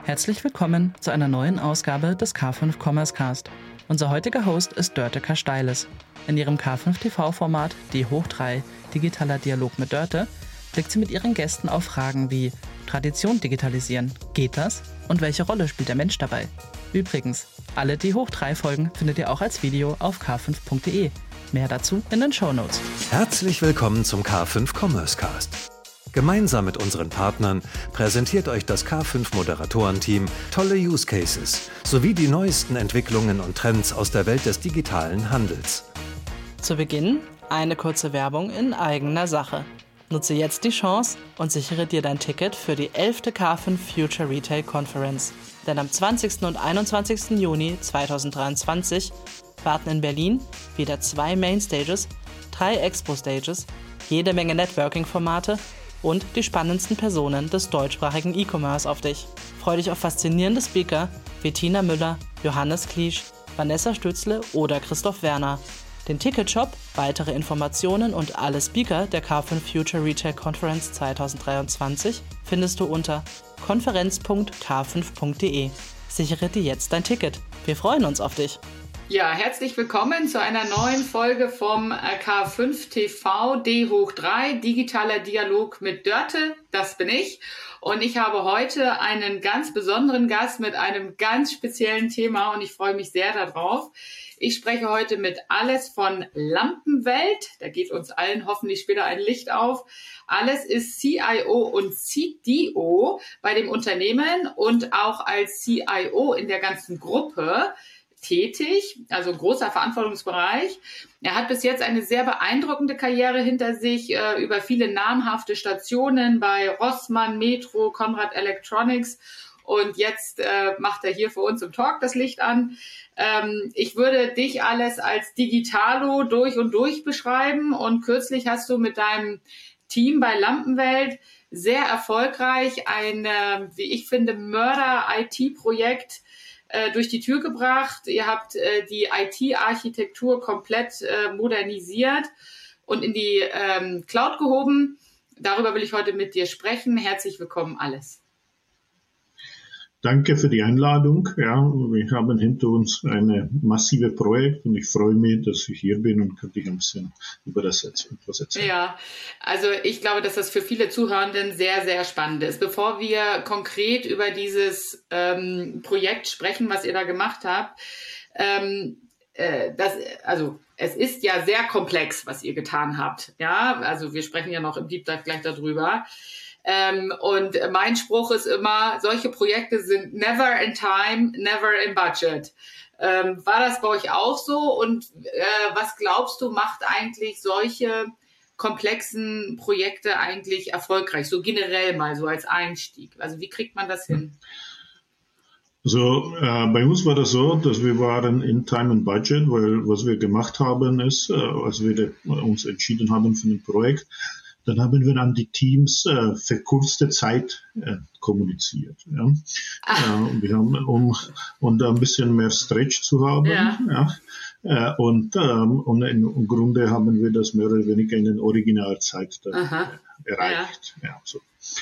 Herzlich willkommen zu einer neuen Ausgabe des K5 Commerce Cast. Unser heutiger Host ist Dörte Kasteiles. In ihrem K5 TV-Format D hoch3 Digitaler Dialog mit Dörte blickt sie mit ihren Gästen auf Fragen wie Tradition digitalisieren, geht das? Und welche Rolle spielt der Mensch dabei? Übrigens, alle D hoch3 Folgen findet ihr auch als Video auf k5.de. Mehr dazu in den Shownotes. Herzlich willkommen zum K5 Commerce Cast. Gemeinsam mit unseren Partnern präsentiert euch das K5 Moderatorenteam tolle Use Cases sowie die neuesten Entwicklungen und Trends aus der Welt des digitalen Handels. Zu Beginn eine kurze Werbung in eigener Sache. Nutze jetzt die Chance und sichere dir dein Ticket für die 11. K5 Future Retail Conference. Denn am 20. und 21. Juni 2023 warten in Berlin wieder 2 Mainstages, 3 Expo-Stages, jede Menge Networking-Formate und die spannendsten Personen des deutschsprachigen E-Commerce auf dich. Freu dich auf faszinierende Speaker wie Tina Müller, Johannes Kliesch, Vanessa Stützle oder Christoph Werner. Den Ticketshop, weitere Informationen und alle Speaker der K5 Future Retail Conference 2023 findest du unter konferenz.k5.de. Sichere dir jetzt dein Ticket. Wir freuen uns auf dich. Ja, herzlich willkommen zu einer neuen Folge vom K5 TV D hoch3 Digitaler Dialog mit Dörte. Das bin ich. Und ich habe heute einen ganz besonderen Gast mit einem ganz speziellen Thema und ich freue mich sehr darauf. Ich spreche heute mit Ales von Lampenwelt. Da geht uns allen hoffentlich später ein Licht auf. Ales ist CIO und CDO bei dem Unternehmen und auch als CIO in der ganzen Gruppe tätig, also großer Verantwortungsbereich. Er hat bis jetzt eine sehr beeindruckende Karriere hinter sich, über viele namhafte Stationen bei Rossmann, Metro, Conrad Electronics und jetzt macht er hier für uns im Talk das Licht an. Ich würde dich alles als Digitalo durch und durch beschreiben und kürzlich hast du mit deinem Team bei Lampenwelt sehr erfolgreich ein, wie ich finde, Mörder-IT-Projekt durch die Tür gebracht. Ihr habt die IT-Architektur komplett modernisiert und in die Cloud gehoben. Darüber will ich heute mit dir sprechen. Herzlich willkommen, Ales. Danke für die Einladung. Ja, wir haben hinter uns ein massives Projekt und ich freue mich, dass ich hier bin und kann dich ein bisschen über das etwas erzählen. Ja, also ich glaube, dass das für viele Zuhörenden sehr, sehr spannend ist. Bevor wir konkret über dieses Projekt sprechen, was ihr da gemacht habt, es ist ja sehr komplex, was ihr getan habt. Ja, also wir sprechen ja noch im Deep Dive gleich darüber. Und mein Spruch ist immer, solche Projekte sind never in time, never in budget. War das bei euch auch so? Und was glaubst du, macht eigentlich solche komplexen Projekte eigentlich erfolgreich? So generell mal, so als Einstieg. Also wie kriegt man das hin? Also bei uns war das so, dass wir waren in Time and Budget, weil was wir gemacht haben ist, als wir uns entschieden haben für ein Projekt, dann haben wir an die Teams für kurze Zeit kommuniziert. Ja. Wir haben, um da ein bisschen mehr Stretch zu haben. Ja. Und im Grunde haben wir das mehr oder weniger in der Originalzeit erreicht. Ja. So.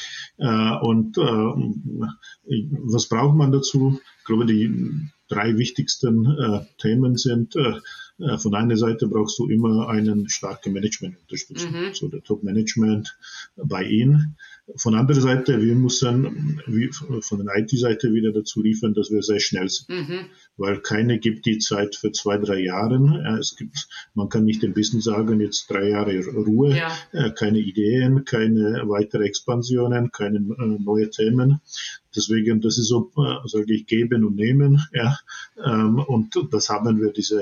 Was braucht man dazu? Ich glaube, die 3 wichtigsten Themen sind, von einer Seite brauchst du immer einen starken Management-Unterstützung, so der Top-Management bei Ihnen. Von der anderen Seite, wir müssen von der IT-Seite wieder dazu liefern, dass wir sehr schnell sind, weil keine gibt die Zeit für 2-3 Jahre. Man kann nicht dem Business sagen, jetzt 3 Jahre Ruhe, keine Ideen, keine weitere Expansionen, keine neue Themen. Deswegen, das ist so, sage ich, geben und nehmen, ja. Und das haben wir diese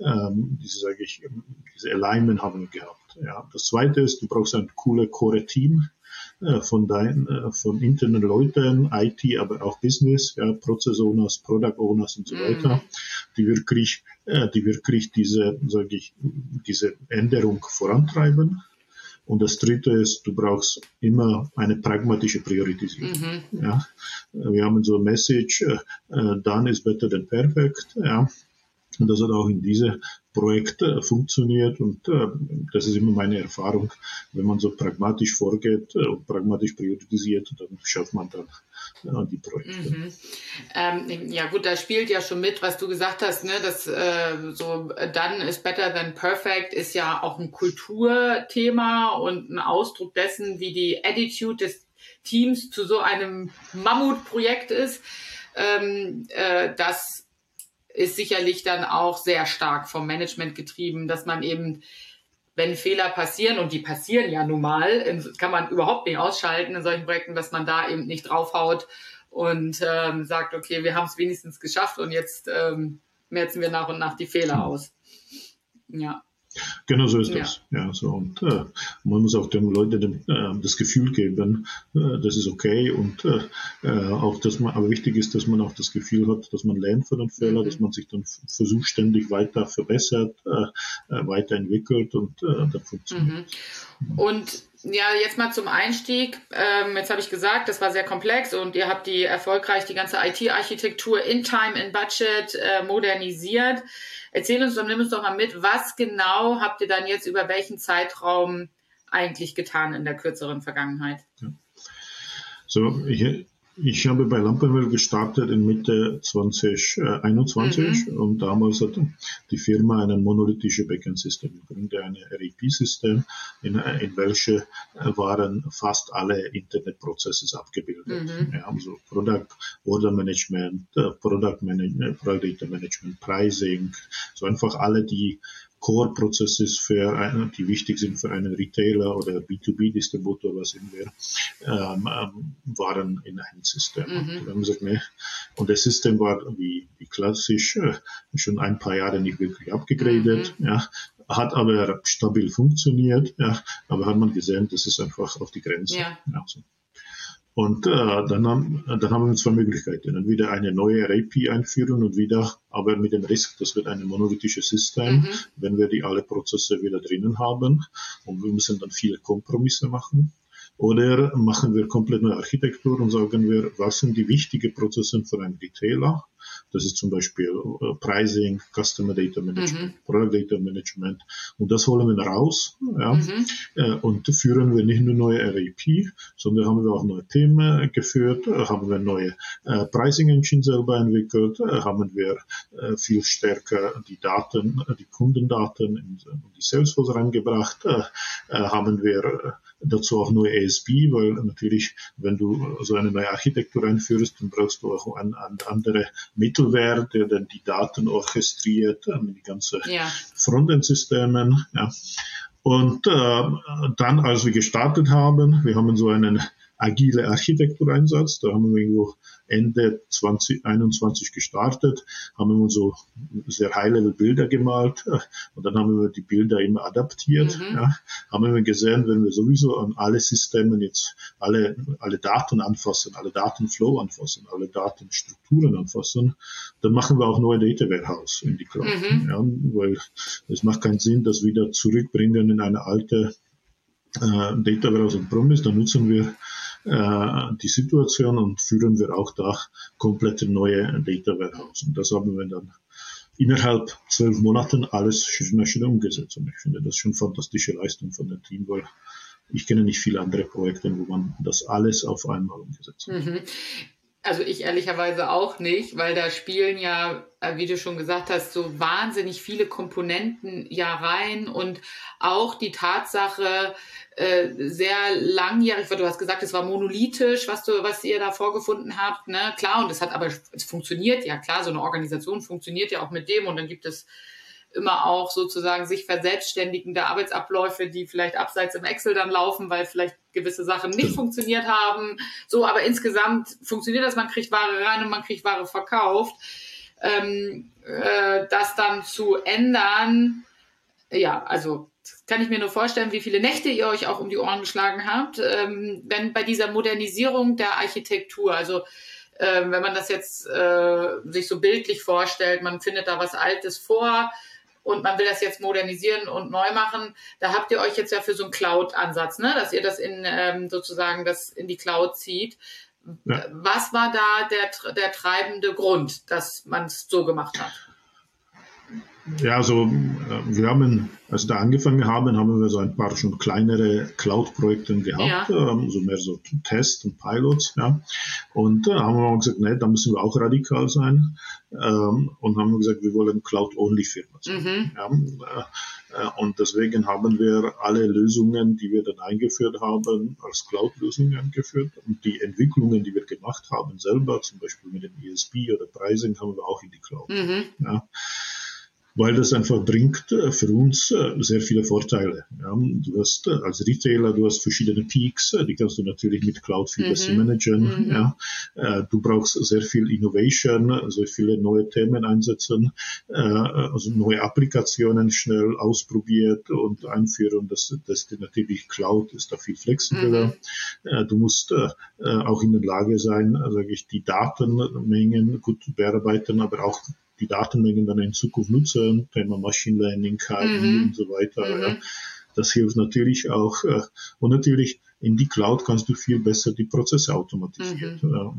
Alignment haben wir gehabt. Ja. Das Zweite ist, du brauchst ein cooles Core-Team von internen Leuten, IT, aber auch Business, ja, Process Owners, Product Owners und so weiter, die wirklich diese Änderung vorantreiben. Und das Dritte ist, du brauchst immer eine pragmatische Priorisierung. Ja. Wir haben so eine Message, done is better than perfect. Ja. Und das hat auch in diese Projekt funktioniert. Und das ist immer meine Erfahrung. Wenn man so pragmatisch vorgeht und pragmatisch priorisiert, dann schafft man dann die Projekte. Ja gut, da spielt ja schon mit, was du gesagt hast, ne, dass so done is better than perfect ist ja auch ein Kulturthema und ein Ausdruck dessen, wie die Attitude des Teams zu so einem Mammutprojekt ist. Das ist sicherlich dann auch sehr stark vom Management getrieben, dass man eben, wenn Fehler passieren, und die passieren ja nun mal, kann man überhaupt nicht ausschalten in solchen Projekten, dass man da eben nicht draufhaut und sagt, okay, wir haben es wenigstens geschafft und jetzt merzen wir nach und nach die Fehler aus. Ja. Genau so ist das. Ja, so. Und man muss auch den Leuten das Gefühl geben, das ist okay. Und auch, aber wichtig ist, dass man auch das Gefühl hat, dass man lernt von den Fehlern, dass man sich dann versucht, ständig weiter verbessert, weiterentwickelt und dann funktioniert. Und ja, jetzt mal zum Einstieg. Jetzt habe ich gesagt, das war sehr komplex und ihr habt erfolgreich die ganze IT-Architektur in Time, in Budget modernisiert. Erzähl uns doch, nimm uns doch mal mit, was genau habt ihr dann jetzt über welchen Zeitraum eigentlich getan in der kürzeren Vergangenheit? Ja. So, ich habe bei Lampenwelt gestartet in Mitte 2021 und damals hat die Firma ein monolithisches Backend-System, im Grunde ein REP-System, in welche waren fast alle Internetprozesse abgebildet. Ja, also Product Order Management, Product Data Management, Pricing, so einfach alle die Core-Prozesse die wichtig sind für einen Retailer oder B2B-Distributor, was immer waren in einem System. Und wir haben gesagt, ne. Und das System war wie klassisch schon ein paar Jahre nicht wirklich abgegradet, ja, hat aber stabil funktioniert, ja, aber hat man gesehen, das ist einfach auf die Grenze. Ja. Ja, so. Und dann haben wir zwei Möglichkeiten. Entweder eine neue RAP einführen und wieder, aber mit dem Risk, das wird ein monolithisches System, wenn wir die alle Prozesse wieder drinnen haben. Und wir müssen dann viele Kompromisse machen. Oder machen wir komplett neue Architektur und sagen wir, was sind die wichtigen Prozesse für einen Retailer? Das ist zum Beispiel Pricing, Customer Data Management, Product Data Management. Und das holen wir raus, ja, und führen wir nicht nur neue RAP, sondern haben wir auch neue Themen geführt, haben wir neue Pricing Engine selber entwickelt, haben wir viel stärker die Daten, die Kundendaten in die Salesforce reingebracht, haben wir dazu auch neue ASB, weil natürlich, wenn du so eine neue Architektur einführst, dann brauchst du auch eine andere Mittelware, der dann die Daten orchestriert, die ganzen Frontend-Systemen. Ja. Und dann, als wir gestartet haben, wir haben so einen agile Architektureinsatz, da haben wir irgendwo Ende 2021 gestartet, haben wir so sehr High-Level-Bilder gemalt und dann haben wir die Bilder immer adaptiert. Ja. Haben wir gesehen, wenn wir sowieso an alle Systeme jetzt alle Daten anfassen, alle Datenflow anfassen, alle Datenstrukturen anfassen, dann machen wir auch neue Data Warehouse in die Cloud. Ja, weil es macht keinen Sinn, das wieder zurückbringen in eine alte Data Warehouse on-premise, dann nutzen wir die Situation und führen wir auch da komplette neue Data Warehouse. Und das haben wir dann innerhalb 12 Monaten alles schnell umgesetzt. Und ich finde das schon fantastische Leistung von dem Team, weil ich kenne nicht viele andere Projekte, wo man das alles auf einmal umgesetzt hat. Also ich ehrlicherweise auch nicht, weil da spielen ja, wie du schon gesagt hast, so wahnsinnig viele Komponenten ja rein und auch die Tatsache sehr langjährig, weil du hast gesagt, es war monolithisch, was ihr da vorgefunden habt, ne? Klar, und es funktioniert ja, klar, so eine Organisation funktioniert ja auch mit dem und dann gibt es immer auch sozusagen sich verselbstständigende Arbeitsabläufe, die vielleicht abseits im Excel dann laufen, weil vielleicht gewisse Sachen nicht funktioniert haben. So, aber insgesamt funktioniert das, man kriegt Ware rein und man kriegt Ware verkauft. Das dann zu ändern, ja, also kann ich mir nur vorstellen, wie viele Nächte ihr euch auch um die Ohren geschlagen habt, wenn bei dieser Modernisierung der Architektur, also wenn man das jetzt sich so bildlich vorstellt, man findet da was Altes vor, und man will das jetzt modernisieren und neu machen, da habt ihr euch jetzt ja für so einen Cloud-Ansatz, ne, dass ihr das sozusagen das in die Cloud zieht. Ja. Was war da der treibende Grund, dass man es so gemacht hat? Ja, also wir haben, als wir da angefangen haben wir so ein paar schon kleinere Cloud-Projekte gehabt, so mehr so Tests und Pilots, ja. Und haben wir auch gesagt, nee, da müssen wir auch radikal sein, und haben gesagt, wir wollen Cloud-Only-Firma sein. Ja. Und deswegen haben wir alle Lösungen, die wir dann eingeführt haben, als Cloud-Lösungen eingeführt. Und die Entwicklungen, die wir gemacht haben selber, zum Beispiel mit dem ESB oder Pricing, haben wir auch in die Cloud. Ja. Weil das einfach bringt für uns sehr viele Vorteile. Ja, du hast als Retailer, du hast verschiedene Peaks, die kannst du natürlich mit Cloud viel besser managen. Ja, du brauchst sehr viel Innovation, sehr viele neue Themen einsetzen, also neue Applikationen schnell ausprobiert und einführen. Das natürlich Cloud ist da viel flexibler. Du musst auch in der Lage sein, sage ich, die Datenmengen gut zu bearbeiten, aber auch die Datenmengen dann in Zukunft nutzen, Thema Machine Learning, KI und so weiter. Ja. Das hilft natürlich auch. Und natürlich in die Cloud kannst du viel besser die Prozesse automatisieren.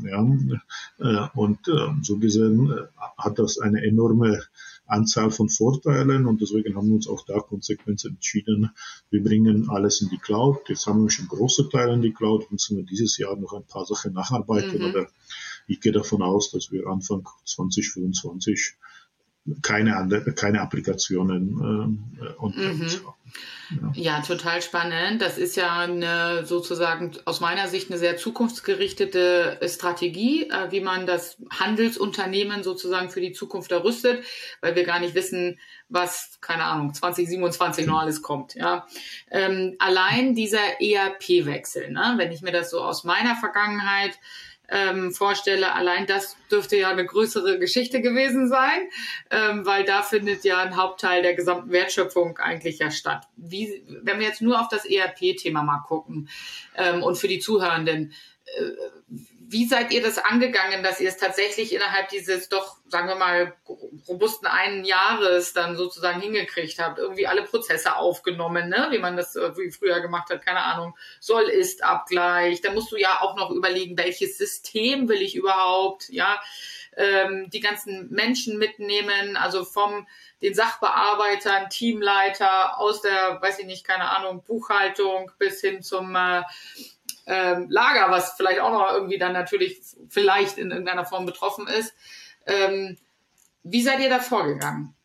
Und so gesehen hat das eine enorme Anzahl von Vorteilen und deswegen haben wir uns auch da konsequent entschieden, wir bringen alles in die Cloud. Jetzt haben wir schon große Teile in die Cloud, müssen wir dieses Jahr noch ein paar Sachen nacharbeiten, aber ich gehe davon aus, dass wir Anfang 2025 keine Applikationen on-premise haben. Ja, total spannend. Das ist ja sozusagen aus meiner Sicht eine sehr zukunftsgerichtete Strategie, wie man das Handelsunternehmen sozusagen für die Zukunft errüstet, weil wir gar nicht wissen, was, keine Ahnung, 2027 noch alles kommt. Ja. Allein dieser ERP-Wechsel, ne? Wenn ich mir das so aus meiner Vergangenheit vorstelle, allein das dürfte ja eine größere Geschichte gewesen sein, weil da findet ja ein Hauptteil der gesamten Wertschöpfung eigentlich ja statt. Wenn wir jetzt nur auf das ERP-Thema mal gucken und für die Zuhörenden, wie seid ihr das angegangen, dass ihr es tatsächlich innerhalb dieses doch, sagen wir mal, robusten einen Jahres dann sozusagen hingekriegt habt? Irgendwie alle Prozesse aufgenommen, ne? Wie man das wie früher gemacht hat, keine Ahnung, Soll-Ist-Abgleich. Da musst du ja auch noch überlegen, welches System will ich überhaupt, ja? Die ganzen Menschen mitnehmen, also den Sachbearbeitern, Teamleiter, aus der, weiß ich nicht, keine Ahnung, Buchhaltung bis hin zum Lager, was vielleicht auch noch irgendwie dann natürlich vielleicht in irgendeiner Form betroffen ist. Wie seid ihr da vorgegangen?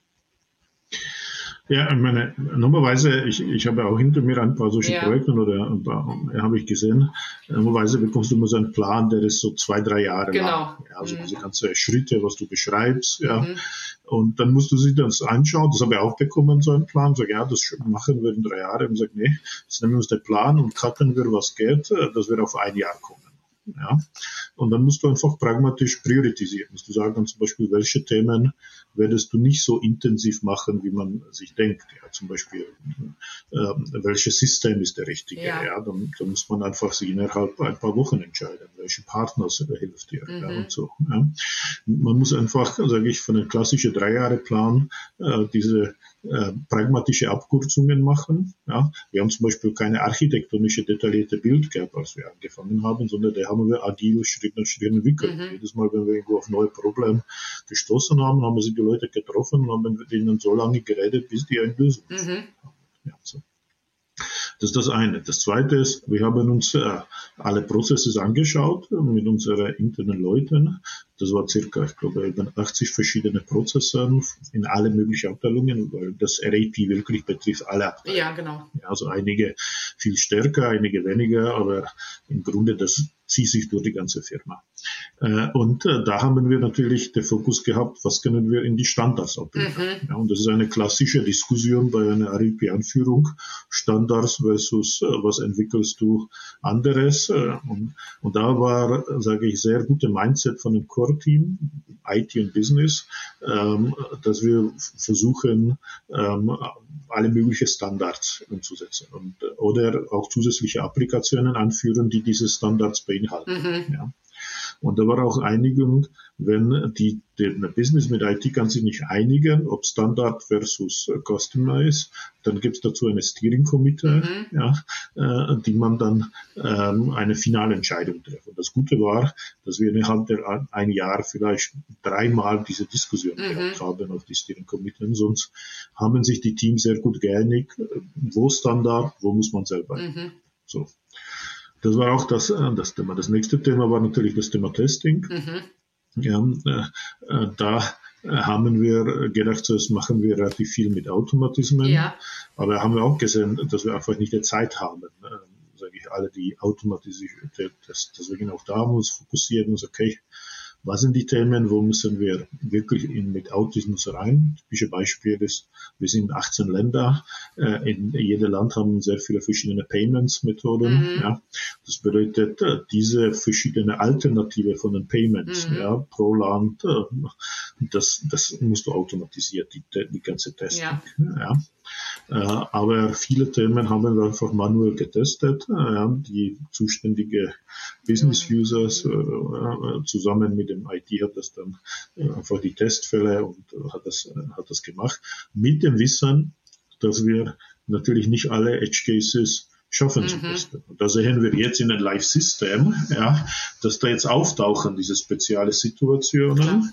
Ja, ich meine, normalerweise, ich habe auch hinter mir ein paar solche Projekte habe ich gesehen, normalerweise bekommst du immer so einen Plan, der ist so 2-3 Jahre lang. Ja, also diese ganzen Schritte, was du beschreibst, ja. Und dann musst du sich das anschauen, das habe ich auch bekommen, so einen Plan, sag, ja, das machen wir in 3 Jahren, und sag, nee, jetzt nehmen wir uns den Plan und cutten wir, was geht, dass wir auf 1 Jahr kommen. Ja, und dann musst du einfach pragmatisch priorisieren. Musst du sagen, zum Beispiel, welche Themen werdest du nicht so intensiv machen, wie man sich denkt. Ja, zum Beispiel, welches System ist der richtige? Ja, dann muss man einfach sich innerhalb ein paar Wochen entscheiden, welche Partner hilft dir. Ja, und so. Ja. Man muss einfach, sage ich, von einem klassischen 3-Jahre-Plan diese pragmatische Abkürzungen machen. Ja. Wir haben zum Beispiel keine architektonische detaillierte Bild gehabt, als wir angefangen haben, sondern da haben wir agil Schritt nach Schritt entwickelt. Jedes Mal, wenn wir irgendwo auf neue Probleme gestoßen haben, haben wir sie die Leute getroffen und haben mit ihnen so lange geredet, bis die eine Lösung haben. Ja, so. Das ist das eine. Das zweite ist, wir haben uns alle Prozesse angeschaut mit unseren internen Leuten. Das war circa, ich glaube, über 80 verschiedene Prozesse in alle möglichen Abteilungen, weil das RAP wirklich betrifft alle Abteilungen. Ja, genau. Ja, also einige viel stärker, einige weniger, aber im Grunde das zieht sich durch die ganze Firma. Und da haben wir natürlich den Fokus gehabt, was können wir in die Standards abbilden. Ja, und das ist eine klassische Diskussion bei einer RAP-Anführung. Standards versus was entwickelst du anderes. Und da war, sage ich, sehr gute Mindset von dem Core-Team, IT und Business, dass wir versuchen, alle möglichen Standards umzusetzen oder auch zusätzliche Applikationen anführen, die diese Standards beinhalten. Ja. Und da war auch Einigung, wenn der Business mit IT kann sich nicht einigen, ob Standard versus Customer ist, dann gibt es dazu eine Steering Committee, die man dann eine finale Entscheidung trifft. Und das Gute war, dass wir innerhalb ein Jahr vielleicht 3-mal diese Diskussion gehabt haben auf die Steering Committee. Und sonst haben sich die Teams sehr gut geeinigt, wo Standard, wo muss man selber. So. Das war auch das Thema. Das nächste Thema war natürlich das Thema Testing. Ja, da haben wir gedacht, das machen wir relativ viel mit Automatismen. Ja. Aber haben wir auch gesehen, dass wir einfach nicht die Zeit haben, sage ich, alle die automatisiert. Deswegen auch da muss fokussieren und okay, was sind die Themen, wo müssen wir wirklich mit Autismus rein? Typische Beispiel ist, wir sind in 18 Länder, in jedem Land haben sehr viele verschiedene Payments-Methoden. Ja. Das bedeutet, diese verschiedene Alternative von den Payments, pro Land, das musst du automatisiert, die ganze Testing. Ja. Aber viele Themen haben wir einfach manuell getestet. Die zuständige Business Users zusammen mit dem IT hat das dann einfach die Testfälle und hat das gemacht. Mit dem Wissen, dass wir natürlich nicht alle Edge Cases schaffen zu testen. Und da sehen wir jetzt in ein Live-System, dass da jetzt auftauchen, diese spezielle Situationen,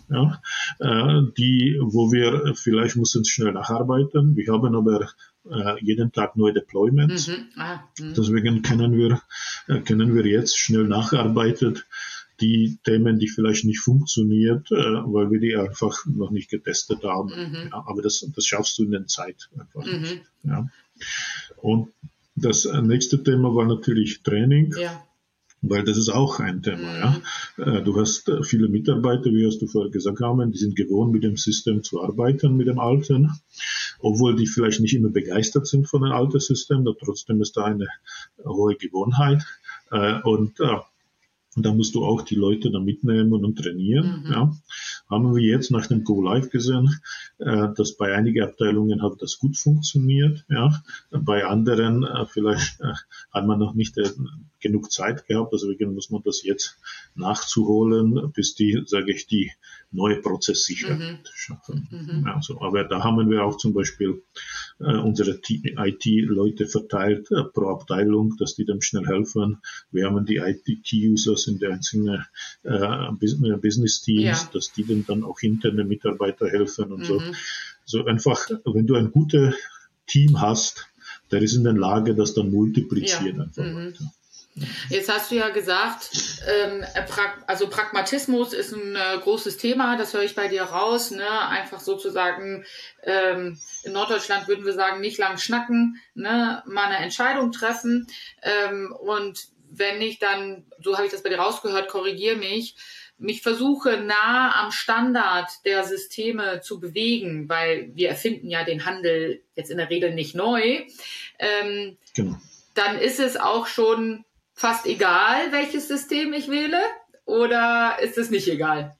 wo wir vielleicht müssen schnell nacharbeiten. Wir haben aber jeden Tag neue Deployments. Deswegen können wir jetzt schnell nacharbeiten, die Themen, die vielleicht nicht funktioniert, weil wir die einfach noch nicht getestet haben. Ja, aber das schaffst du in der Zeit einfach nicht. Ja. Und das nächste Thema war natürlich Training, weil das ist auch ein Thema. Ja. Du hast viele Mitarbeiter, wie hast du vorher gesagt haben, die sind gewohnt, mit dem System zu arbeiten, mit dem alten, obwohl die vielleicht nicht immer begeistert sind von dem alten System, aber trotzdem ist da eine hohe Gewohnheit. Und da musst du auch die Leute da mitnehmen und trainieren. Ja. Haben wir jetzt nach dem Go Live gesehen, dass bei einigen Abteilungen hat das gut funktioniert. Ja. Bei anderen vielleicht hat man noch nicht genug Zeit gehabt, deswegen muss man das jetzt nachzuholen, bis die neue Prozesssicherheit schaffen. Also, aber da haben wir auch zum Beispiel unsere IT-Leute verteilt pro Abteilung, dass die dem schnell helfen. Wir haben die IT-Users in der einzelnen Business-Teams, dass die dann auch interne Mitarbeiter helfen und so. So einfach, wenn du ein gutes Team hast, der ist in der Lage, das dann multiplizieren einfach weiter. Jetzt hast du ja gesagt, also Pragmatismus ist ein großes Thema, das höre ich bei dir raus, ne? Einfach sozusagen, in Norddeutschland würden wir sagen, nicht lang schnacken, ne? Mal eine Entscheidung treffen, und wenn ich dann, so habe ich das bei dir rausgehört, korrigiere mich versuche nah am Standard der Systeme zu bewegen, weil wir erfinden ja den Handel jetzt in der Regel nicht neu, genau. Dann ist es auch schon fast egal, welches System ich wähle, oder ist es nicht egal?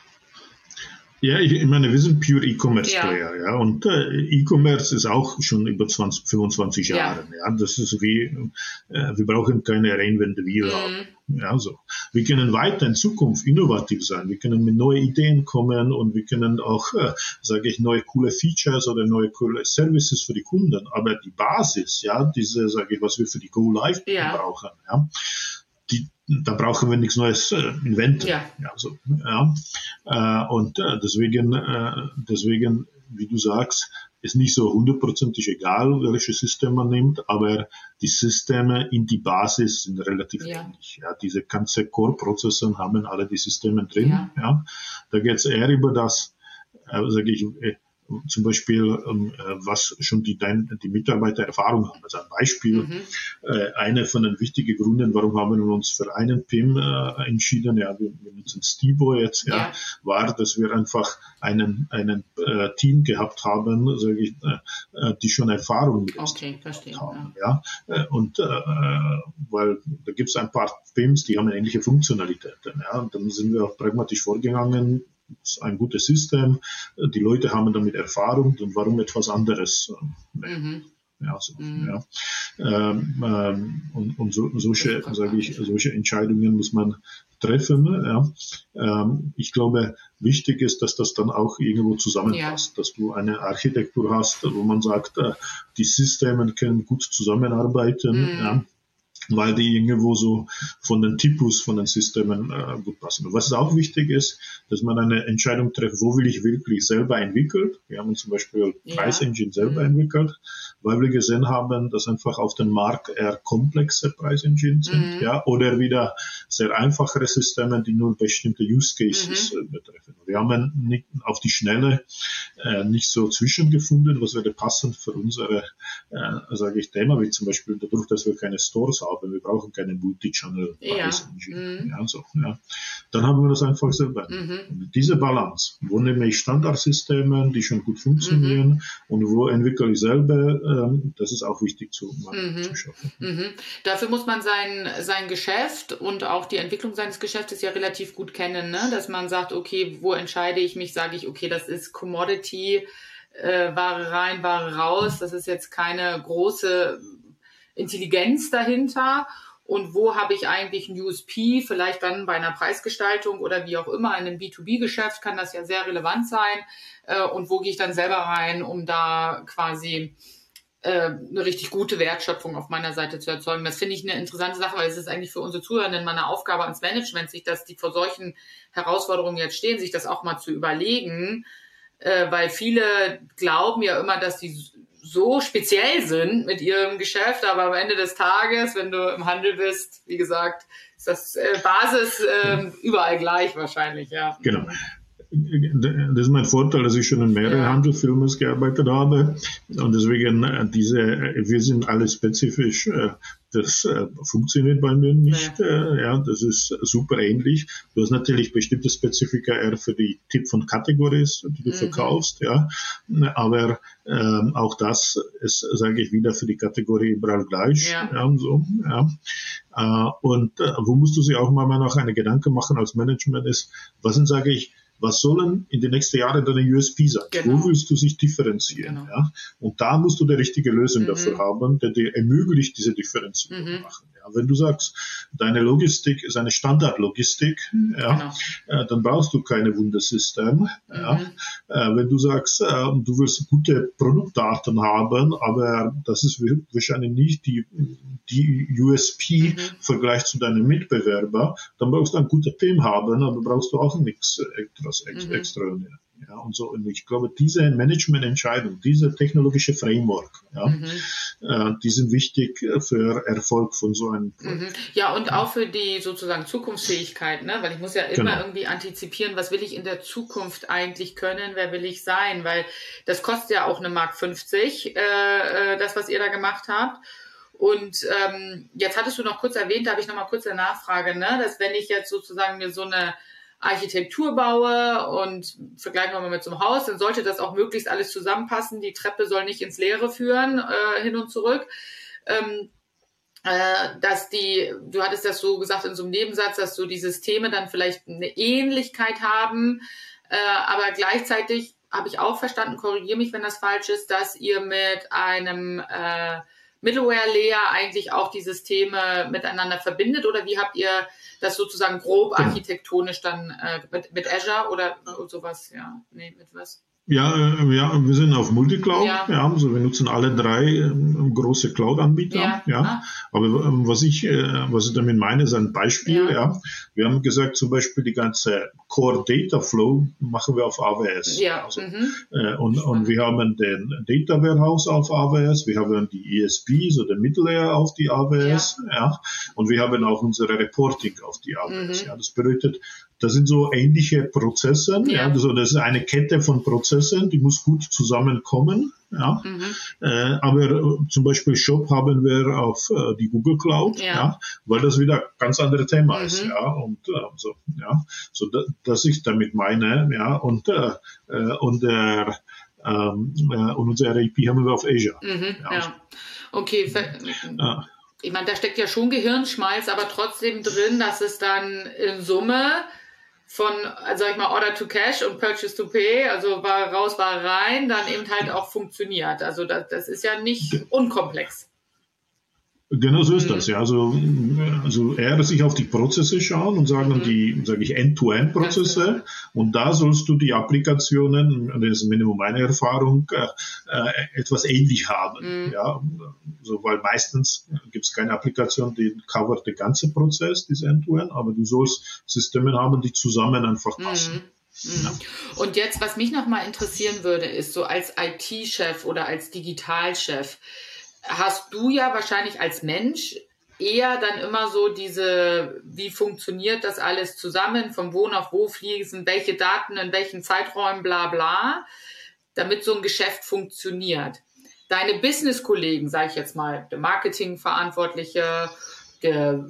Ja, ich meine, wir sind pure E-Commerce-Player, ja, und E-Commerce ist auch schon über 25 Jahre, ja, das ist wie, wir brauchen keine Reinwände wieder haben, ja, so. Wir können weiter in Zukunft innovativ sein, wir können mit neuen Ideen kommen und wir können auch, neue coole Features oder neue coole Services für die Kunden, aber die Basis, ja, diese, was wir für die Go Live brauchen, ja, da brauchen wir nichts Neues inventen. Und deswegen, wie du sagst, ist nicht so 100% egal, welches System man nimmt, aber die Systeme in die Basis sind relativ ähnlich. Ja, diese ganze Core-Prozesse haben alle die Systeme drin. Ja. Da geht es eher über das, zum Beispiel, was schon die Mitarbeiter Erfahrung haben. Also ein Beispiel, eine von den wichtigen Gründen, warum haben wir uns für einen PIM entschieden, ja, wir nutzen Stibo jetzt, war, dass wir einfach einen Team gehabt haben, die schon Erfahrung mit dem Stibo haben. Ja. Und weil da gibt es ein paar PIMs, die haben ähnliche Funktionalitäten. Ja. Und dann sind wir auch pragmatisch vorgegangen. Das ist ein gutes System, die Leute haben damit Erfahrung und warum etwas anderes nehmen. Ja, so, und solche, sage ich, solche Entscheidungen muss man treffen. Ja. Ich glaube, wichtig ist, dass das dann auch irgendwo zusammenpasst, dass du eine Architektur hast, wo man sagt, die Systeme können gut zusammenarbeiten. Ja, weil die irgendwo so von den Typus von den Systemen gut passen. Und was auch wichtig ist, dass man eine Entscheidung trifft, wo will ich wirklich selber entwickeln. Wir haben zum Beispiel Price Engine selber entwickelt, weil wir gesehen haben, dass einfach auf dem Markt eher komplexe Price Engines sind, ja, oder wieder sehr einfachere Systeme, die nur bestimmte Use Cases betreffen. Wir haben nicht auf die Schnelle nicht so zwischengefunden, was wäre passend für unsere, sage ich, Thema, wie zum Beispiel dadurch, dass wir keine Stores haben. Wir brauchen keine Multi-Channel Price Engine. Ja, so, ja. Dann haben wir das einfach selber. Und diese Balance, wo nehme ich Standardsysteme, die schon gut funktionieren, und wo entwickle ich selber, das ist auch wichtig zu schaffen. Dafür muss man sein Geschäft und auch die Entwicklung seines Geschäftes ja relativ gut kennen, ne? Dass man sagt, okay, wo entscheide ich mich, sage ich, okay, das ist Commodity, Ware rein, Ware raus, das ist jetzt keine große Intelligenz dahinter, und wo habe ich eigentlich ein USP, vielleicht dann bei einer Preisgestaltung oder wie auch immer, in einem B2B-Geschäft kann das ja sehr relevant sein, und wo gehe ich dann selber rein, um da quasi eine richtig gute Wertschöpfung auf meiner Seite zu erzeugen. Das finde ich eine interessante Sache, weil es ist eigentlich für unsere Zuhörenden meine Aufgabe ans Management, die vor solchen Herausforderungen jetzt stehen, sich das auch mal zu überlegen, weil viele glauben ja immer, dass die so speziell sind mit ihrem Geschäft, aber am Ende des Tages, wenn du im Handel bist, wie gesagt, ist das Basis überall gleich wahrscheinlich, ja. Genau. Das ist mein Vorteil, dass ich schon in mehreren Handelsfirmen gearbeitet habe, und deswegen wir sind alle spezifisch, das funktioniert bei mir nicht, das ist super ähnlich. Du hast natürlich bestimmte Spezifika eher für die Typ von Kategories, die du verkaufst, ja, aber auch das ist, sage ich wieder, für die Kategorie überall gleich, und so, ja. Und wo musst du sich auch mal noch eine Gedanke machen als Management ist, was sollen in den nächsten Jahren deine USP sein? Genau. Wo willst du sich differenzieren? Genau. Ja? Und da musst du die richtige Lösung dafür haben, der dir ermöglicht, diese Differenzierung zu machen. Ja, wenn du sagst, deine Logistik ist eine Standardlogistik, dann brauchst du keine Wundersystem. Ja? Wenn du sagst, du willst gute Produktdaten haben, aber das ist wahrscheinlich nicht die USP im Vergleich zu deinem Mitbewerber, dann brauchst du ein gutes Team haben, aber brauchst du auch nichts extra. Ja, und so. Und ich glaube, diese Management-Entscheidung, diese technologische Framework, die sind wichtig für Erfolg von so einem Projekt. Ja, und auch für die sozusagen Zukunftsfähigkeit, ne? Weil ich muss ja immer irgendwie antizipieren, was will ich in der Zukunft eigentlich können, wer will ich sein, weil das kostet ja auch eine Mark 50, das, was ihr da gemacht habt. Und jetzt hattest du noch kurz erwähnt, da habe ich noch mal kurz eine Nachfrage, ne? Dass wenn ich jetzt sozusagen mir so eine Architektur baue und vergleichen wir mal mit so einem Haus, dann sollte das auch möglichst alles zusammenpassen. Die Treppe soll nicht ins Leere führen, hin und zurück. Du hattest das so gesagt in so einem Nebensatz, dass so die Systeme dann vielleicht eine Ähnlichkeit haben, aber gleichzeitig habe ich auch verstanden, korrigiere mich, wenn das falsch ist, dass ihr mit einem Middleware-Layer eigentlich auch die Systeme miteinander verbindet, oder wie habt ihr das sozusagen grob architektonisch dann mit Azure oder sowas? Ja, nee, mit was? Ja, wir sind auf Multicloud. Ja. Also wir nutzen alle drei große Cloud-Anbieter. Ja. Aber was ich damit meine, ist ein Beispiel. Ja. Wir haben gesagt, zum Beispiel die ganze Core Data Flow machen wir auf AWS. Ja. Also, und wir haben den Data Warehouse auf AWS. Wir haben die ESBs oder Middleware auf die AWS. Ja. Und wir haben auch unsere Reporting auf die AWS. Ja. Das bedeutet, das sind so ähnliche Prozesse. Ja. Also das ist eine Kette von Prozessen, die muss gut zusammenkommen. Ja. Aber zum Beispiel Shop haben wir auf die Google Cloud, weil das wieder ein ganz anderes Thema ist. Ja. Und so dass ich damit meine. Ja. Und unsere RAP haben wir auf Azure. Okay. Ich meine, da steckt ja schon Gehirnschmalz, aber trotzdem drin, dass es dann in Summe von, sag ich mal, Order to Cash und Purchase to Pay, also war raus, war rein, dann eben halt auch funktioniert. Also das ist ja nicht unkomplex. Genau so ist das, ja. Also eher sich auf die Prozesse schauen und sagen, die, sage ich, End-to-End-Prozesse. Und da sollst du die Applikationen, das ist Minimum meine Erfahrung, etwas ähnlich haben. Ja, so, weil meistens gibt es keine Applikation, die covert den ganzen Prozess, diese End-to-End, aber du sollst Systeme haben, die zusammen einfach passen. Ja. Und jetzt, was mich nochmal interessieren würde, ist so als IT-Chef oder als Digitalchef, hast du ja wahrscheinlich als Mensch eher dann immer so wie funktioniert das alles zusammen, von wo nach wo fließen, welche Daten in welchen Zeiträumen, bla bla, damit so ein Geschäft funktioniert. Deine Business-Kollegen, sage ich jetzt mal, der Marketingverantwortliche, der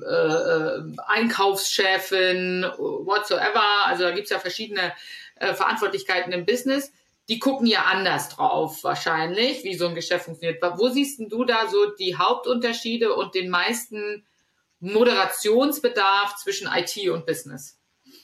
Einkaufschefin, whatsoever, also da gibt's ja verschiedene Verantwortlichkeiten im Business, die gucken ja anders drauf wahrscheinlich, wie so ein Geschäft funktioniert. Wo siehst denn du da so die Hauptunterschiede und den meisten Moderationsbedarf zwischen IT und Business?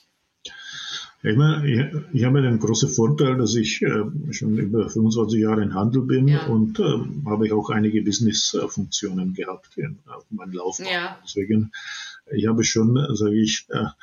Ich meine, ich habe den großen Vorteil, dass ich schon über 25 Jahre im Handel bin und habe ich auch einige Business-Funktionen gehabt auf meinem Laufbahn. Ja. Deswegen, ich habe schon, sage ich,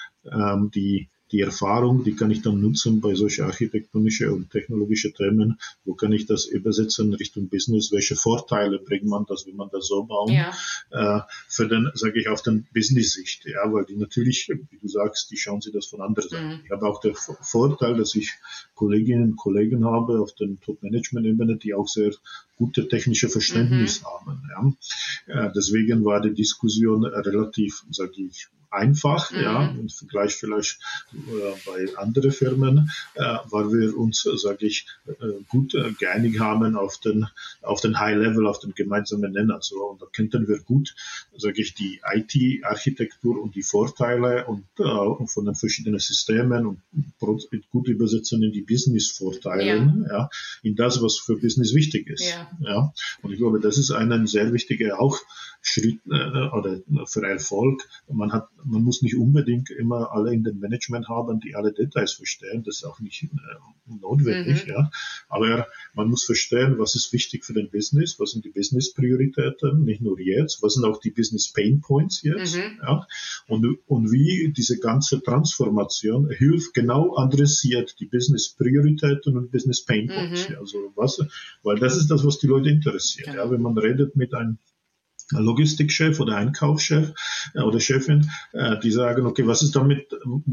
die Erfahrung, die kann ich dann nutzen bei solchen architektonischen und technologischen Themen. Wo kann ich das übersetzen Richtung Business? Welche Vorteile bringt man das, wenn man das so baut? Ja. Für den, sage ich, auf den Business-Sicht. Ja, weil die natürlich, wie du sagst, die schauen sich das von anderen Seite. Ich habe auch den Vorteil, dass ich Kolleginnen und Kollegen habe auf der Top-Management-Ebene, die auch sehr gute technische Verständnis haben. Ja. Deswegen war die Diskussion relativ, sage ich, einfach, ja, im Vergleich vielleicht bei anderen Firmen, weil wir uns, sage ich, gut geeinigt haben auf den High Level, auf den gemeinsamen Nenner. So, und da könnten wir gut, sage ich, die IT-Architektur und die Vorteile und von den verschiedenen Systemen und gut übersetzen in die Business-Vorteile, ja, in das, was für Business wichtig ist. Ja. Und ich glaube, das ist ein sehr wichtiger auch Schritt oder für Erfolg. Man muss nicht unbedingt immer alle in dem Management haben, die alle Details verstehen. Das ist auch nicht notwendig. Ja. Aber man muss verstehen, was ist wichtig für den Business, was sind die Business-Prioritäten, nicht nur jetzt, was sind auch die Business-Pain-Points jetzt. Ja. Und wie diese ganze Transformation hilft, genau adressiert die Business-Prioritäten und Business-Pain-Points. Ja. Also weil das ist das, was die Leute interessiert. Ja. Wenn man redet mit einem Logistikchef oder Einkaufschef oder Chefin, die sagen, okay, was ist damit,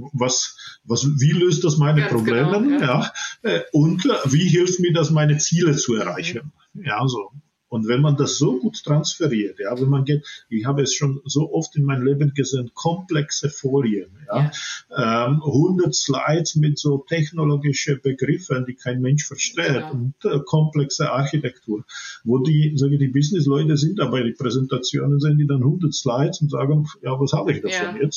wie löst das meine Probleme, genau, und wie hilft mir das, meine Ziele zu erreichen, ja, so. Und wenn man das so gut transferiert, ja, wenn man ich habe es schon so oft in meinem Leben gesehen, komplexe Folien, 100 Slides mit so technologischen Begriffen, die kein Mensch versteht, und komplexe Architektur, wo die Business-Leute sind, aber die Präsentationen sind die dann 100 Slides und sagen, ja, was habe ich davon jetzt?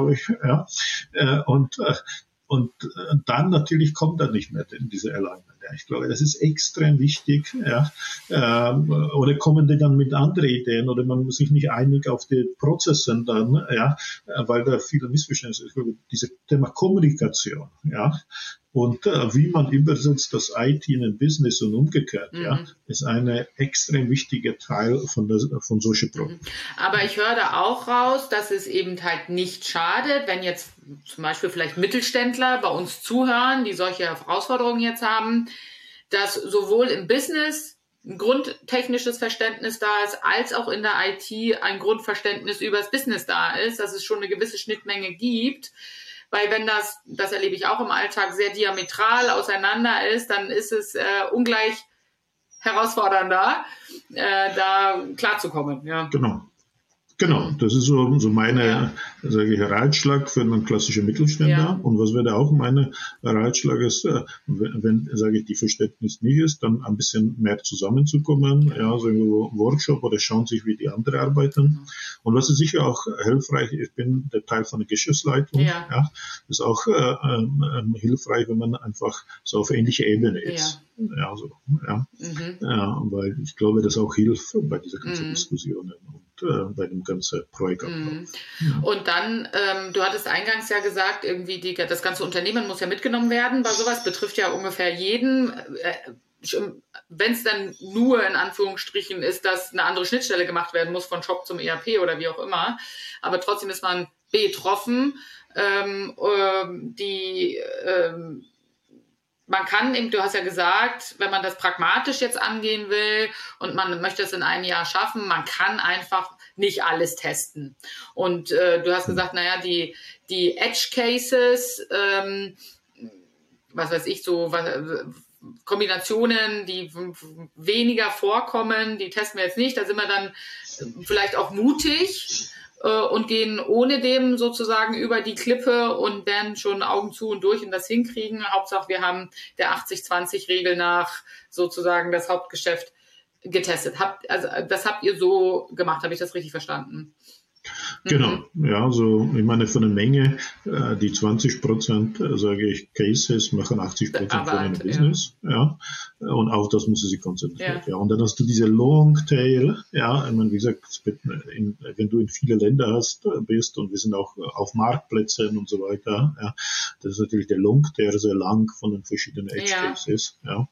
Und dann natürlich kommt er nicht mehr in diese Alignment. Ja, ich glaube, das ist extrem wichtig. Ja. Oder kommen die dann mit anderen Ideen oder man muss sich nicht einig auf die Prozesse dann, ja, weil da viele Missverständnisse sind. Ich glaube, dieses Thema Kommunikation, ja, und wie man übersetzt das IT in ein Business und umgekehrt, ist eine extrem wichtige Teil von solchen Problemen. Aber ich höre da auch raus, dass es eben halt nicht schadet, wenn jetzt zum Beispiel vielleicht Mittelständler bei uns zuhören, die solche Herausforderungen jetzt haben, dass sowohl im Business ein grundtechnisches Verständnis da ist, als auch in der IT ein Grundverständnis über das Business da ist, dass es schon eine gewisse Schnittmenge gibt. Weil wenn das erlebe ich auch im Alltag, sehr diametral auseinander ist, dann ist es ungleich herausfordernder, da klarzukommen. Ja. Genau, das ist so meine, sage ich, Ratschlag für einen klassischen Mittelständler. Ja. Und was wäre auch meine Ratschlag ist, wenn, sage ich, die Verständnis nicht ist, dann ein bisschen mehr zusammenzukommen, ja, so ein Workshop oder schauen sich, wie die anderen arbeiten. Und was ist sicher auch hilfreich, ich bin der Teil von der Geschäftsleitung, ja, ist auch hilfreich, wenn man einfach so auf ähnlicher Ebene ist. Ja, so, ja. Ja, weil ich glaube, das auch hilft bei dieser ganzen Diskussion. bei dem ganzen Projektablauf. Und dann, du hattest eingangs ja gesagt, irgendwie das ganze Unternehmen muss ja mitgenommen werden, weil sowas betrifft ja ungefähr jeden. Wenn es dann nur in Anführungsstrichen ist, dass eine andere Schnittstelle gemacht werden muss von Shop zum ERP oder wie auch immer, aber trotzdem ist man betroffen. Man kann eben, du hast ja gesagt, wenn man das pragmatisch jetzt angehen will und man möchte es in einem Jahr schaffen, man kann einfach nicht alles testen. Und du hast gesagt, naja, die Edge Cases, was weiß ich, so Kombinationen, die weniger vorkommen, die testen wir jetzt nicht. Da sind wir dann vielleicht auch mutig und gehen ohne dem sozusagen über die Klippe und werden schon Augen zu und durch und das hinkriegen. Hauptsache, wir haben der 80-20-Regel nach sozusagen das Hauptgeschäft getestet. Das habt ihr so gemacht, habe ich das richtig verstanden? Genau, ja, also ich meine von der Menge, die 20%, sage ich, Cases machen 80% von einem Business, ja, und auf das muss sie konzentrieren, ja. Und dann hast du diese Longtail, ja, ich meine, wie gesagt, wenn du in viele Länder bist und wir sind auch auf Marktplätzen und so weiter, ja, das ist natürlich der Longtail sehr lang von den verschiedenen Edge Cases, ja,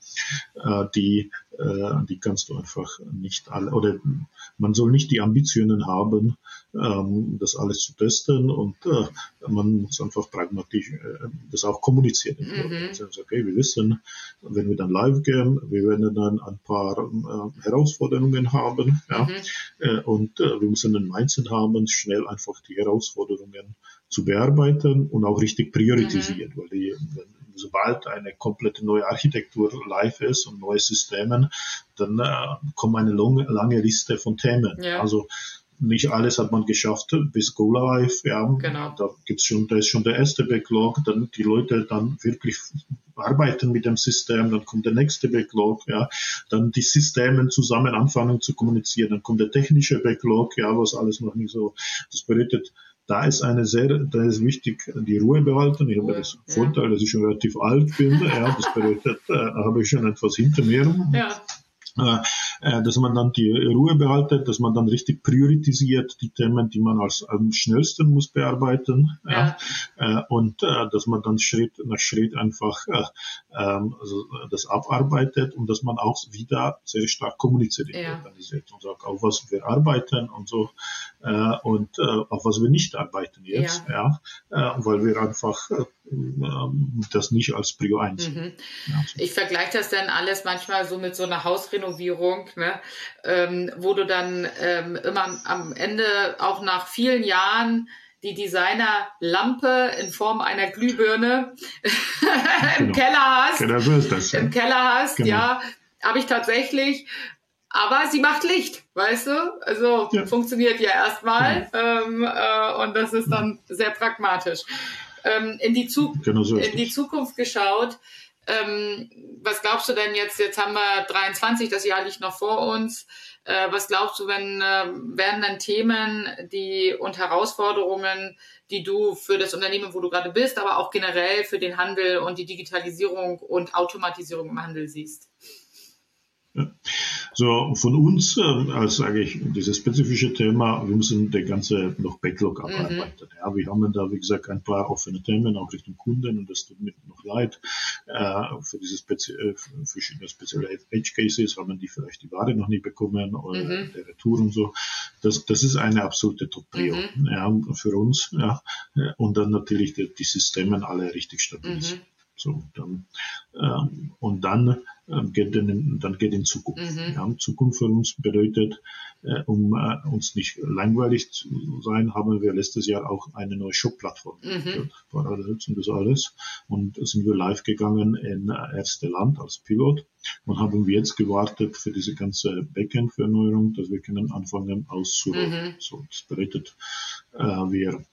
die kannst du einfach nicht alle, oder man soll nicht die Ambitionen haben, das alles zu testen und man muss einfach pragmatisch das auch kommunizieren. Also, okay, wir wissen, wenn wir dann live gehen, wir werden dann ein paar Herausforderungen haben, ja, und wir müssen ein Mindset haben, schnell einfach die Herausforderungen zu bearbeiten und auch richtig priorisieren, weil sobald eine komplette neue Architektur live ist und neue Systeme, dann kommt eine lange Liste von Themen. Ja. Also nicht alles hat man geschafft bis Go Live. Ja, genau. Da ist schon der erste Backlog, dann die Leute dann wirklich arbeiten mit dem System, dann kommt der nächste Backlog, ja, dann die Systeme zusammen anfangen zu kommunizieren, dann kommt der technische Backlog, ja, was alles noch nicht so. Das bedeutet, da ist wichtig, die Ruhe behalten. Ich habe das Vorteil, dass ich schon relativ alt bin. Ja, das bedeutet, habe ich schon etwas hinter mir. Ja. Dass man dann die Ruhe behaltet, dass man dann richtig priorisiert die Themen, die man am schnellsten muss bearbeiten, und dass man dann Schritt nach Schritt einfach also das abarbeitet und dass man auch wieder sehr stark kommuniziert organisiert und sagt, auf was wir arbeiten und so und auf was wir nicht arbeiten jetzt, weil wir einfach das nicht als Prio 1 sehen. Ich vergleiche das dann alles manchmal so mit so einer Hausrenovierung, ne? Wo du dann immer am Ende auch nach vielen Jahren die Designerlampe in Form einer Glühbirne im Keller hast. Genau so ist das. Im Keller hast, habe ich tatsächlich. Aber sie macht Licht, weißt du? Also funktioniert ja erstmal und das ist dann sehr pragmatisch. In die Zukunft geschaut, was glaubst du denn jetzt? Jetzt haben wir 23, das Jahr liegt noch vor uns. Was glaubst du, werden dann Themen und Herausforderungen, die du für das Unternehmen, wo du gerade bist, aber auch generell für den Handel und die Digitalisierung und Automatisierung im Handel siehst? Ja. So, von uns, als sage ich, dieses spezifische Thema, wir müssen der ganze noch Backlog abarbeiten. Ja, wir haben da, wie gesagt, ein paar offene Themen, auch Richtung Kunden, und das tut mir noch leid. Für diese verschiedene spezielle Edge Cases haben die vielleicht die Ware noch nicht bekommen oder der Retour und so. Das ist eine absolute Top-Prio, für uns, und dann natürlich die Systeme alle richtig stabilisieren. So, dann, und dann geht in Zukunft. Zukunft für uns bedeutet, um uns nicht langweilig zu sein, haben wir letztes Jahr auch eine neue Shop-Plattform Parallels und das alles. Und sind wir live gegangen in erste Land als Pilot und haben wir jetzt gewartet für diese ganze Backend-Vererneuerung, dass wir können anfangen auszurollen. So, das bedeutet, wir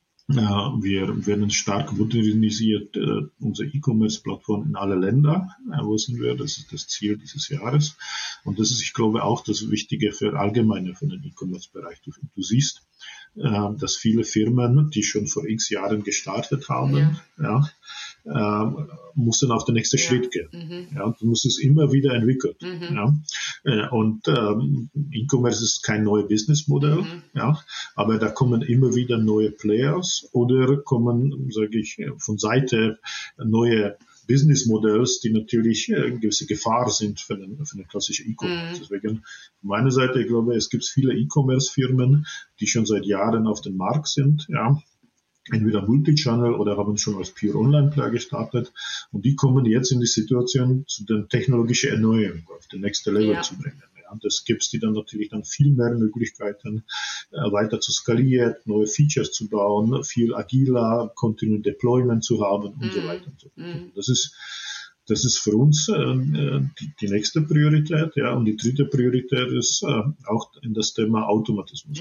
werden stark modernisiert, unsere E-Commerce-Plattform in alle Länder. Wo sind wir? Das ist das Ziel dieses Jahres. Und das ist, ich glaube, auch das Wichtige für allgemeine, für den E-Commerce-Bereich. Du siehst, dass viele Firmen, die schon vor x Jahren gestartet haben, muss dann auf den nächsten Schritt gehen. Ja, du musst es immer wieder entwickeln. Ja. Und E-Commerce ist kein neues Businessmodell, ja, aber da kommen immer wieder neue Players oder kommen, sage ich, von Seite neue Businessmodells, die natürlich eine gewisse Gefahr sind für den klassischen E-Commerce. Deswegen von meiner Seite, ich glaube, es gibt viele E-Commerce-Firmen, die schon seit Jahren auf dem Markt sind, ja, entweder Multichannel oder haben schon als Pure Online-Player gestartet und die kommen jetzt in die Situation, zu den technologischen Erneuerungen auf den nächsten Level zu bringen. Ja, das gibt die dann natürlich dann viel mehr Möglichkeiten, weiter zu skalieren, neue Features zu bauen, viel agiler, Continuous Deployment zu haben und so weiter und so fort. Das ist für uns die nächste Priorität, ja, und die dritte Priorität ist auch in das Thema Automatismus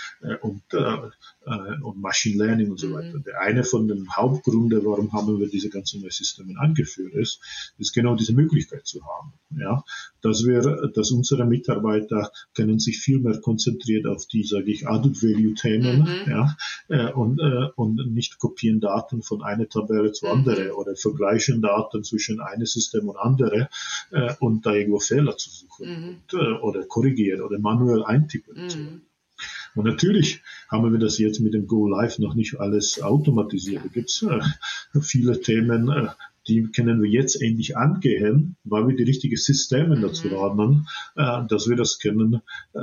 und Machine Learning und so weiter. Der eine von den Hauptgründen, warum haben wir diese ganzen neuen Systeme angeführt, ist genau diese Möglichkeit zu haben, ja, dass unsere Mitarbeiter können sich viel mehr konzentrieren auf die, sage ich, Added Value Themen, und nicht kopieren Daten von einer Tabelle zu andere oder vergleichen Daten zwischen einem System und andere und da irgendwo Fehler zu suchen oder korrigieren oder manuell eintippen und so weiter. Und natürlich haben wir das jetzt mit dem Go Live noch nicht alles automatisiert. Da gibt es viele Themen, die können wir jetzt endlich angehen, weil wir die richtigen Systeme dazu haben, dass wir das können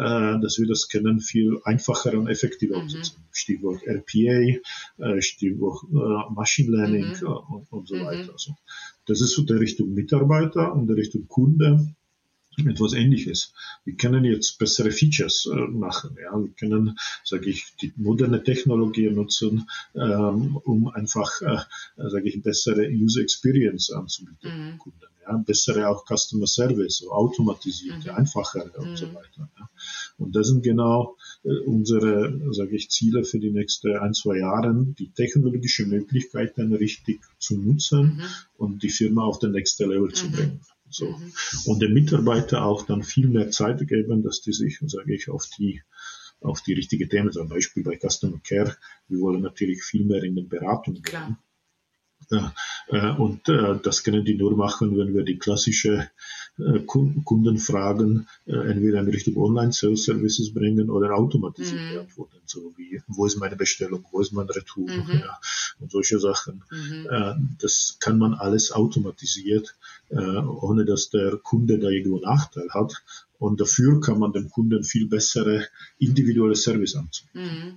viel einfacher und effektiver umsetzen. Stichwort RPA, Stichwort Machine Learning und so weiter. Also, das ist so der Richtung Mitarbeiter und der Richtung Kunde. Etwas Ähnliches. Wir können jetzt bessere Features machen. Ja, wir können, sage ich, die moderne Technologie nutzen, um einfach, sage ich, bessere User Experience anzubieten. Kunden. Ja, bessere auch Customer Service, so automatisierte, einfachere und so weiter. Ja. Und das sind genau unsere, sage ich, Ziele für die nächsten 1-2 Jahre, die technologischen Möglichkeiten richtig zu nutzen und die Firma auf den nächsten Level zu bringen. So. Und den Mitarbeitern auch dann viel mehr Zeit geben, dass die sich, sage ich, auf die richtige Themen, zum Beispiel bei Customer Care, wir wollen natürlich viel mehr in den Beratungen gehen. Und das können die nur machen, wenn wir die klassische Kundenfragen entweder in Richtung Online-Sales-Services bringen oder automatisiert beantworten, so wie, wo ist meine Bestellung, wo ist mein Retour, und solche Sachen. Das kann man alles automatisiert, ohne dass der Kunde da irgendwo Nachteil hat. Und dafür kann man dem Kunden viel bessere individuelle Service anbieten.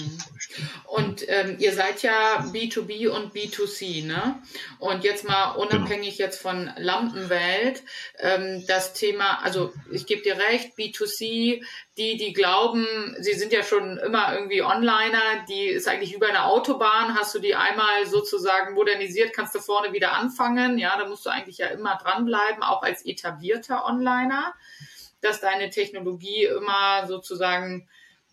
Und ihr seid ja B2B und B2C, ne? Und jetzt mal unabhängig jetzt von Lampenwelt, das Thema, also ich gebe dir recht, B2C, die glauben, sie sind ja schon immer irgendwie Onliner, die ist eigentlich über eine Autobahn, hast du die einmal sozusagen modernisiert, kannst du vorne wieder anfangen, ja, da musst du eigentlich ja immer dranbleiben, auch als etablierter Onliner, dass deine Technologie immer sozusagen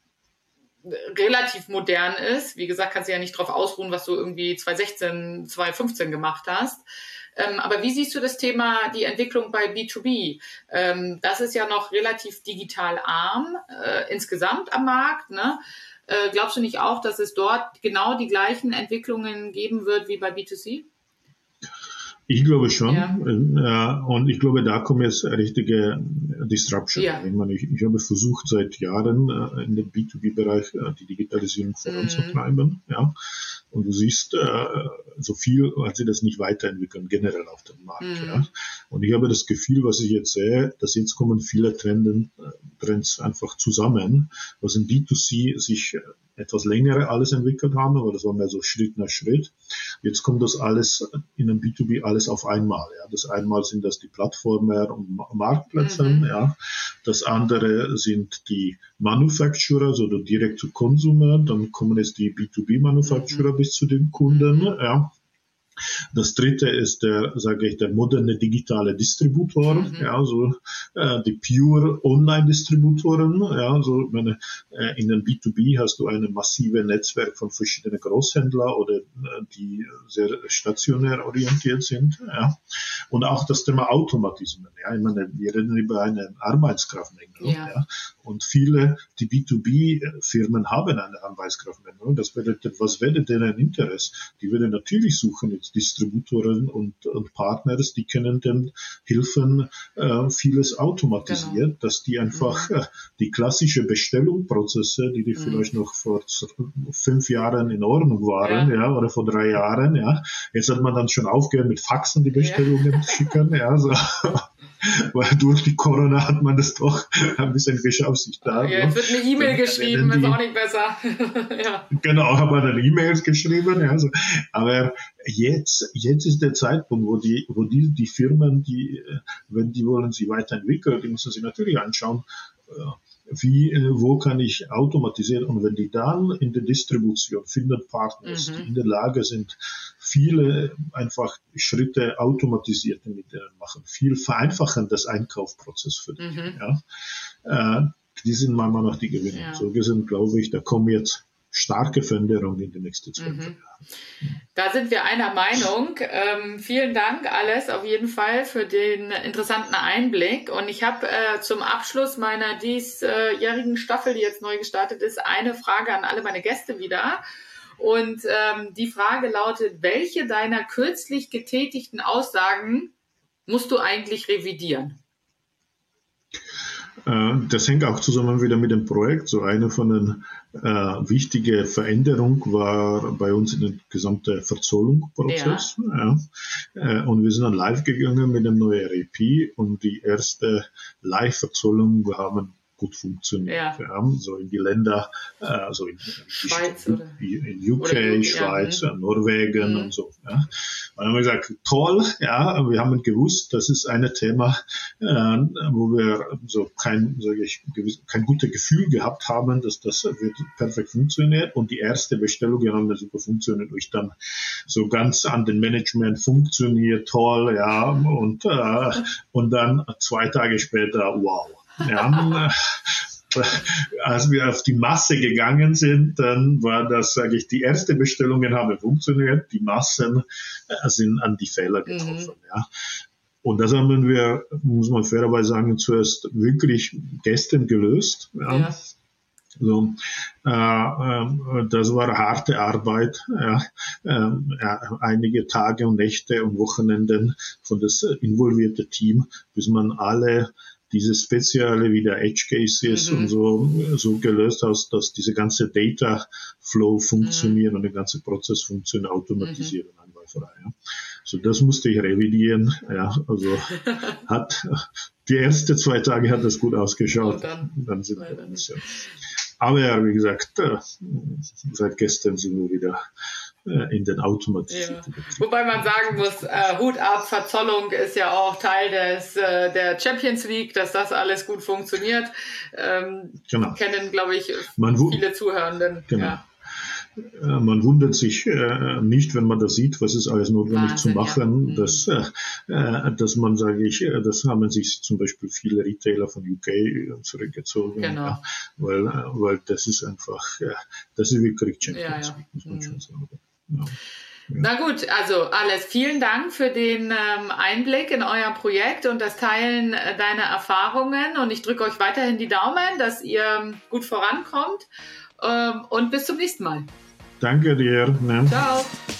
relativ modern ist. Wie gesagt, kannst du ja nicht drauf ausruhen, was du irgendwie 2016, 2015 gemacht hast. Aber wie siehst du das Thema, die Entwicklung bei B2B? Das ist ja noch relativ digital arm insgesamt am Markt, ne? Glaubst du nicht auch, dass es dort genau die gleichen Entwicklungen geben wird wie bei B2C? Ich glaube schon. Und ich glaube, da kommt jetzt eine richtige Disruption. Ich meine, ich habe versucht seit Jahren in dem B2B-Bereich die Digitalisierung voranzutreiben. Ja. Und du siehst, so viel hat sich das nicht weiterentwickeln, generell auf dem Markt. Ja. Und ich habe das Gefühl, was ich jetzt sehe, dass jetzt kommen viele Trends einfach zusammen, was in B2C sich etwas längere alles entwickelt haben, aber das war mehr so Schritt nach Schritt. Jetzt kommt das alles in einem B2B alles auf einmal. Ja. Das einmal sind das die Plattformen und Marktplätze, ja. Das andere sind die Manufacturer, also direkt zu Consumer. Dann kommen jetzt die B2B-Manufacturer bis zu den Kunden, ja. Das dritte ist der moderne digitale Distributor, ja, so die pure Online-Distributoren, ja, so in den B2B hast du ein massives Netzwerk von verschiedenen Großhändlern oder die sehr stationär orientiert sind, ja, und auch das Thema Automatismen, ja, ich meine, wir reden über eine Arbeitskraftmenge, ja, Und viele, die B2B-Firmen haben eine Anweiskraftmänner. Was wäre deren Interesse? Die werden natürlich suchen jetzt Distributoren und Partners, die können dann helfen, vieles automatisiert, dass die einfach die klassische Bestellungsprozesse, die vielleicht noch vor 5 Jahren in Ordnung waren, oder vor 3 Jahren, jetzt hat man dann schon aufgehört mit Faxen die Bestellungen zu schicken, so. Weil durch die Corona hat man das doch ein bisschen geschafft, sich da. Ja, jetzt wird eine E-Mail geschrieben, ist auch nicht besser. Ja. Genau, haben wir dann E-Mails geschrieben, so. Aber jetzt ist der Zeitpunkt, wo die Firmen, wenn die wollen sich weiterentwickeln, die müssen sich natürlich anschauen, wo kann ich automatisieren, und wenn die dann in der Distribution finden Partners, die in der Lage sind, viele einfach Schritte automatisiert mit denen machen, viel vereinfachen das Einkaufsprozess für die. Die sind manchmal noch die Gewinner. Ja. So gesehen glaube ich, da kommen jetzt starke Veränderungen in den nächsten 12 Jahren. Da sind wir einer Meinung. Vielen Dank, Ales, auf jeden Fall für den interessanten Einblick. Und ich habe zum Abschluss meiner diesjährigen Staffel, die jetzt neu gestartet ist, eine Frage an alle meine Gäste wieder. Und die Frage lautet: Welche deiner kürzlich getätigten Aussagen musst du eigentlich revidieren? Das hängt auch zusammen wieder mit dem Projekt. So eine von den wichtigen Veränderungen war bei uns in den gesamten Verzollungsprozess. Und wir sind dann live gegangen mit dem neuen REP, und die erste Live-Verzollung, wir haben gut funktioniert. So in die Länder, so in Schweiz in UK, Schweiz, Norwegen und so. Und dann haben wir gesagt, toll, wir haben gewusst, das ist ein Thema, wo wir so kein gutes Gefühl gehabt haben, dass das wird perfekt funktioniert, und die erste Bestellung haben wir super funktioniert, durch dann so ganz an den Management funktioniert, toll, und dann 2 Tage später, wow. Als wir auf die Masse gegangen sind, dann war das, sage ich, die ersten Bestellungen haben funktioniert, die Massen sind an die Fehler getroffen. Und das haben wir, muss man fairerweise sagen, zuerst wirklich gestern gelöst. So, das war harte Arbeit, einige Tage und Nächte und Wochenenden von das involvierte Team, bis man alle diese Speziale wie der Edge Cases und so gelöst hast, dass diese ganze Data Flow funktioniert und der ganze Prozess funktioniert, automatisiert und einwandfrei. So, das musste ich revidieren. Also die ersten 2 Tage hat das gut ausgeschaut. Dann sind wir ein bisschen. Aber wie gesagt, seit gestern sind wir wieder in den automatisierten Betrieb. Wobei man sagen muss, Hut ab, Verzollung ist ja auch Teil der Champions League, dass das alles gut funktioniert. Kennen, glaube ich, viele Zuhörenden. Genau. Man wundert sich nicht, wenn man das sieht, was ist alles notwendig zu machen, dass man, sage ich, das haben sich zum Beispiel viele Retailer von UK zurückgezogen, weil das ist einfach, das ist wirklich Champions League, muss man schon sagen. Na gut, also Ales, vielen Dank für den Einblick in euer Projekt und das Teilen deiner Erfahrungen, und ich drücke euch weiterhin die Daumen, dass ihr gut vorankommt, und bis zum nächsten Mal. Danke dir. Ciao.